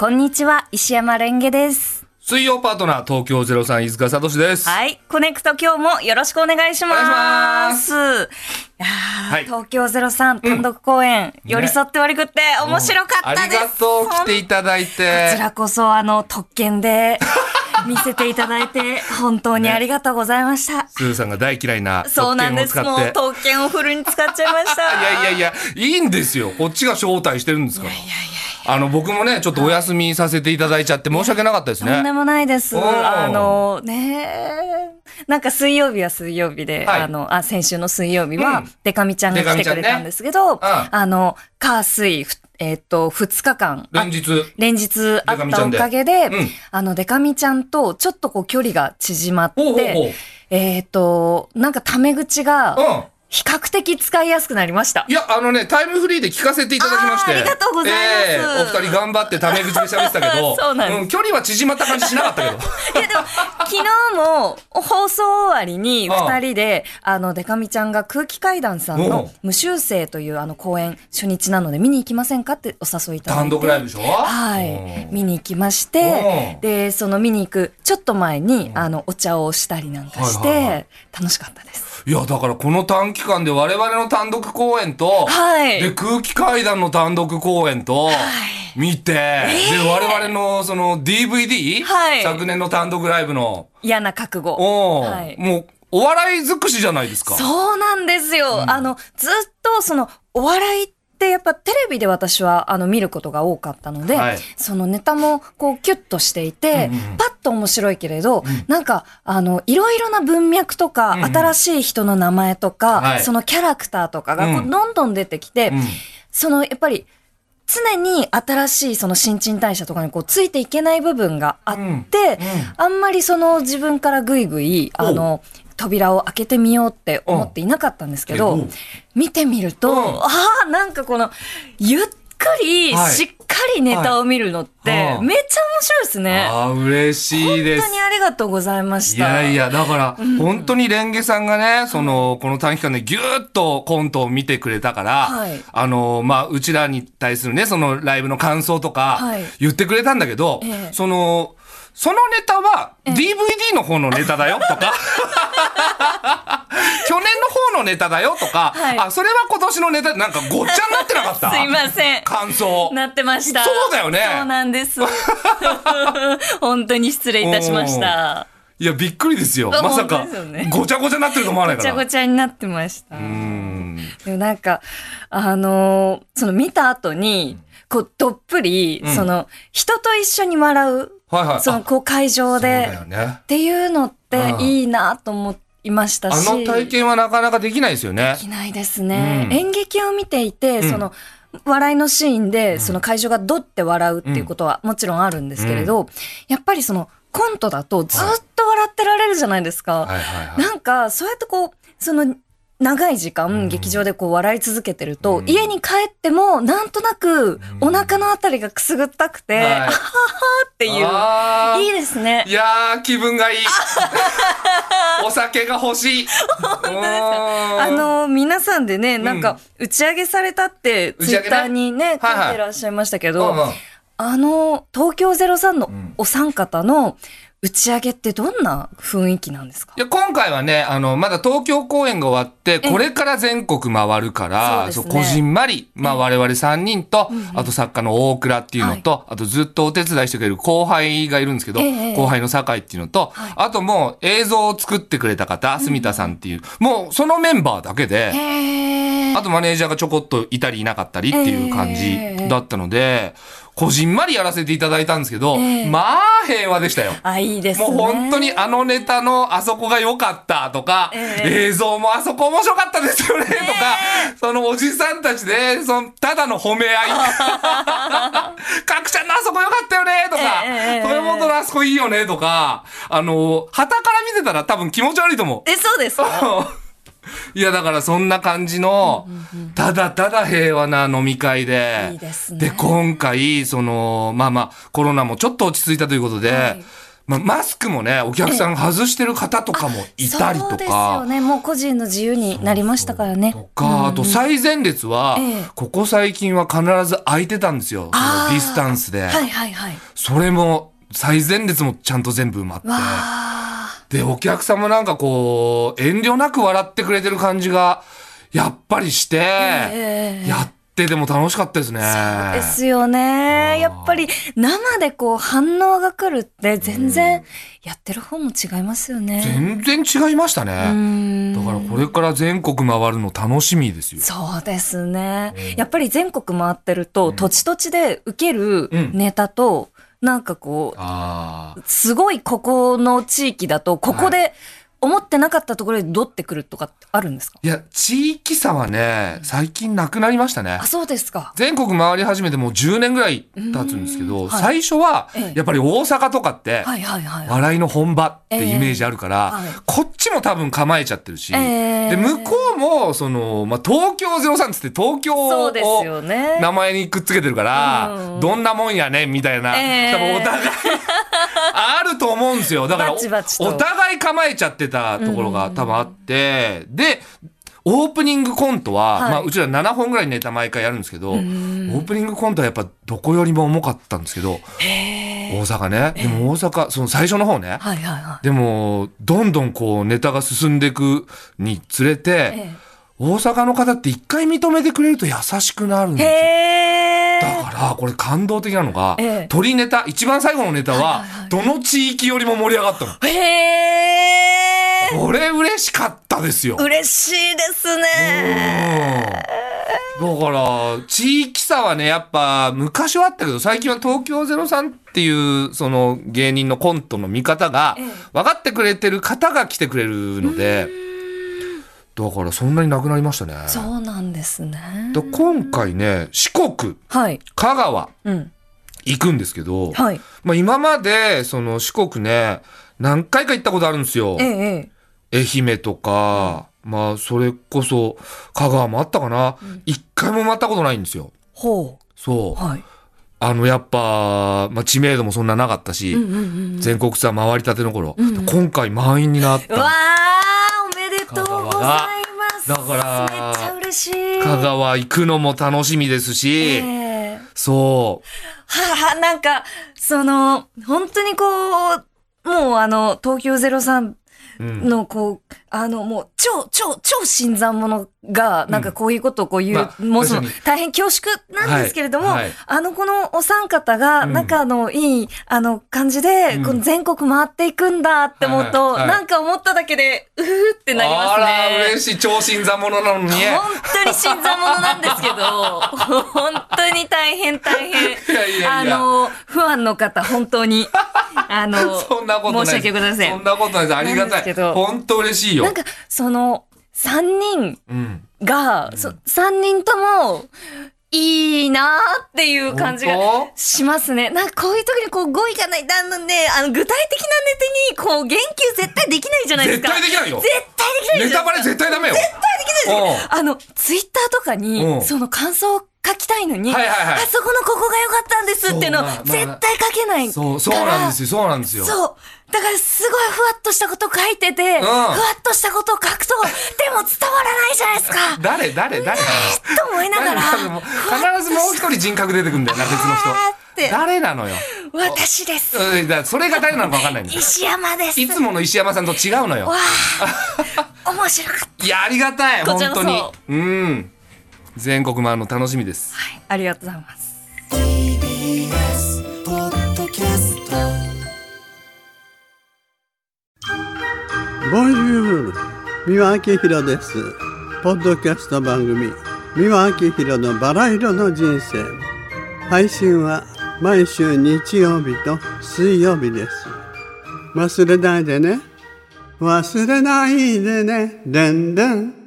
こんにちは、石山レンゲです。 水曜パートナー東京03飯塚聡です。 はい、コネクト今日もよろしくお願いします。 お願いします。 はい、東京03単独公演、寄り添って割り食って面白かったです。 ありがとう、来ていただいて。 こちらこそ特権で見せていただいて本当にありがとうございました。 スーさんが大嫌いなそうなんです。もう特権をフルに使っちゃいましたいやいいんですよ。こっちが招待してるんですから。僕もねちょっとお休みさせていただいちゃって申し訳なかったですね。 とんでもないです。なんか水曜日は水曜日で、はい、先週の水曜日はデカミちゃんが来てくれたんですけど、火水2日間連日あったおかげで、デカミちゃんとちょっとこう距離が縮まって、なんかタメ口が比較的使いやすくなりました。 いや、タイムフリーで聞かせていただきまして。 ありがとうございます。 お二人頑張ってタメ口で喋ってたけど、 そうなんです。 距離は縮まった感じしなかったけど。 いや、でも、昨日も放送終わりに二人で、デカミちゃんが空気階段さんの無修正という公演初日なので見に行きませんかってお誘いいただいて。 単独ライブでしょ？ はい。見に行きまして、で、その見に行くちょっと前に、お茶をしたりなんかして、楽しかったです。 いやだからこの短期間で我々の単独公演と、で空気階段の単独公演と見て、で我々のその DVD、昨年の単独ライブの嫌な覚悟、 もうお笑い尽くしじゃないですか。 そうなんですよ。ずっとそのお笑いでやっぱテレビで私は見ることが多かったので、そのネタもこうキュッとしていて、パッと面白いけれど、なんかいろいろな文脈とか、新しい人の名前とか、そのキャラクターとかがこうどんどん出てきて、そのやっぱり常に新しいその新陳代謝とかにこうついていけない部分があって、あんまりその自分からぐいぐい扉を開けてみようって思っていなかったんですけど、見てみると、なんかこのゆっくりしっかりネタを見るのってめっちゃ面白いですね。 嬉しいです。 本当にありがとうございました。 いやだから本当にレンゲさんがね、この短期間でギューッとコントを見てくれたから、うちらに対するねそのライブの感想とか言ってくれたんだけど、そのネタは DVD の方のネタだよとか去年の方のネタだよとか、それは今年のネタでなんかごっちゃになってなかったすいません。 感想なってました。 そうだよね。 そうなんです本当に失礼いたしました。 いやびっくりですよ。まさかごちゃごちゃになってると思わないから。 ごちゃごちゃになってました。でもなんかその見た後にこうどっぷり、その人と一緒に笑う、そのこう会場でっていうのっていいなと思いましたし、 体験はなかなかできないですよね。 できないですね。演劇を見ていて、その笑いのシーンでその会場がドッて笑うっていうことはもちろんあるんですけれど、やっぱりそのコントだとずっと笑ってられるじゃないですか。なんかそうやってこうその長い時間劇場でこう笑い続けてると、家に帰ってもなんとなくお腹のあたりがくすぐったくて、あははっていういいですね。 いやー気分がいいお酒が欲しい。 本当ですか。皆さんでねなんか打ち上げされたってツイッターにね書いてらっしゃいましたけど、東京03のお三方の打ち上げってどんな雰囲気なんですか？ いや今回はねまだ東京公演が終わってこれから全国回るから、こじんまり、我々3人と、あと作家の大倉っていうのと、あとずっとお手伝いしてくれる後輩がいるんですけど、後輩の酒井っていうのと、あともう映像を作ってくれた方住田さんっていう、もうそのメンバーだけで、あとマネージャーがちょこっといたりいなかったりっていう感じだったので、こじんまりやらせていただいたんですけど、まあ平和でしたよ。 いいですね。 もう本当にネタのあそこが良かったとか、映像もあそこ面白かったですよねとか、そのおじさんたちでただの褒め合い角ちゃんのあそこ良かったよねとか、豊本のあそこいいよねとか、旗から見てたら多分気持ち悪いと思う。 そうですかいやだからそんな感じのただただ平和な飲み会で、 いいですね。 で今回コロナもちょっと落ち着いたということで、 マスクもねお客さん外してる方とかもいたりとか、 そうですよね、もう個人の自由になりましたからね。 とか、あと最前列は、ここ最近は必ず空いてたんですよ、そのディスタンスで、 はいはいはい、 それも最前列もちゃんと全部埋まって、でお客さんもなんかこう遠慮なく笑ってくれてる感じがやっぱりして、やってでも楽しかったですね。 そうですよね。やっぱり生でこう反応が来るって全然やってる方も違いますよね。 全然違いましたね。だからこれから全国回るの楽しみですよ。 そうですね。やっぱり全国回ってると土地土地で受けるネタと、なんかこうすごいここの地域だとここで思ってなかったところでどってくるとかってあるんですか？ いや、地域差はね、最近なくなりましたね。 あ、そうですか。 全国回り始めてもう10年ぐらい経つんですけど、最初はやっぱり大阪とかって笑いの本場ってイメージあるから、こっちも多分構えちゃってるし、で向こうもその、東京03っつって東京を名前にくっつけてるから、どんなもんやねみたいな、多分お互いあると思うんですよ。だからお互い構えちゃってたところが多分あって、でオープニングコントは、うちら7本ぐらいネタ毎回やるんですけど、オープニングコントはやっぱどこよりも重かったんですけど、大阪ね。でも大阪その最初の方ね、でもどんどんこうネタが進んでいくにつれて、大阪の方って一回認めてくれると優しくなるんですよ。だからこれ感動的なのが、鳥ネタ一番最後のネタはどの地域よりも盛り上がったの。これ嬉しかったですよ。 嬉しいですね。 だから地域差はねやっぱ昔はあったけど、最近は東京03っていうその芸人のコントの見方が分かってくれてる方が来てくれるので、だからそんなになくなりましたね。 そうなんですね。 今回ね四国、香川、行くんですけど、今までその四国ね何回か行ったことあるんですよ。愛媛とか、それこそ香川もあったかな、一回も回ったことないんですよ。そう、やっぱ、知名度もそんななかったし、全国ツアー回りたての頃、今回満員になった。 わー、おめでとうございます。 だからめっちゃ嬉しい。 香川行くのも楽しみですし、 なんかその本当にこうもう東京03のこうもう超新参者がなんかこういうことをこう言う、もうその大変恐縮なんですけれども、このお三方が仲のいい感じでこの全国回っていくんだって思うと、なんか思っただけでうふってなりますね。 あら嬉しい。超新参者なのにね。 本当に新参者なんですけど本当に大変不安の方本当にそんなことない。 申し訳ございません。 そんなことないです。ありがたい。本当嬉しいよ。 なんかその3人が、3人ともいいなっていう感じがしますね。なんかこういう時にこう語彙がないだので、具体的なネタにこう言及絶対できないじゃないですか。 絶対できないよ。 絶対できないです。 ネタバレ絶対ダメよ。 絶対できないです。ツイッターとかにその感想を書きたいのに、あそこのここが良かったんですっていうの絶対書けないから。 そうなんですよ。そうなんですよ。 そう。だからすごいふわっとしたこと書いてて、ふわっとしたことを書くと、でも伝わらないじゃないですか。 誰と思いながら。 必ずもう一人人格出てくるんだよな、別の人。誰なのよ。 私です。 それが誰なのか分かんないんだよ。 石山です。 いつもの石山さんと違うのよ。 面白かった。 いや、ありがたい。本当に。全国回るの楽しみです。 はい、ありがとうございます。 TBS ポッドキャスト。ボンジュール、三輪明宏です。ポッドキャスト番組三輪明宏のバラ色の人生。配信は毎週日曜日と水曜日です。忘れないでね。忘れないでね。でんでん。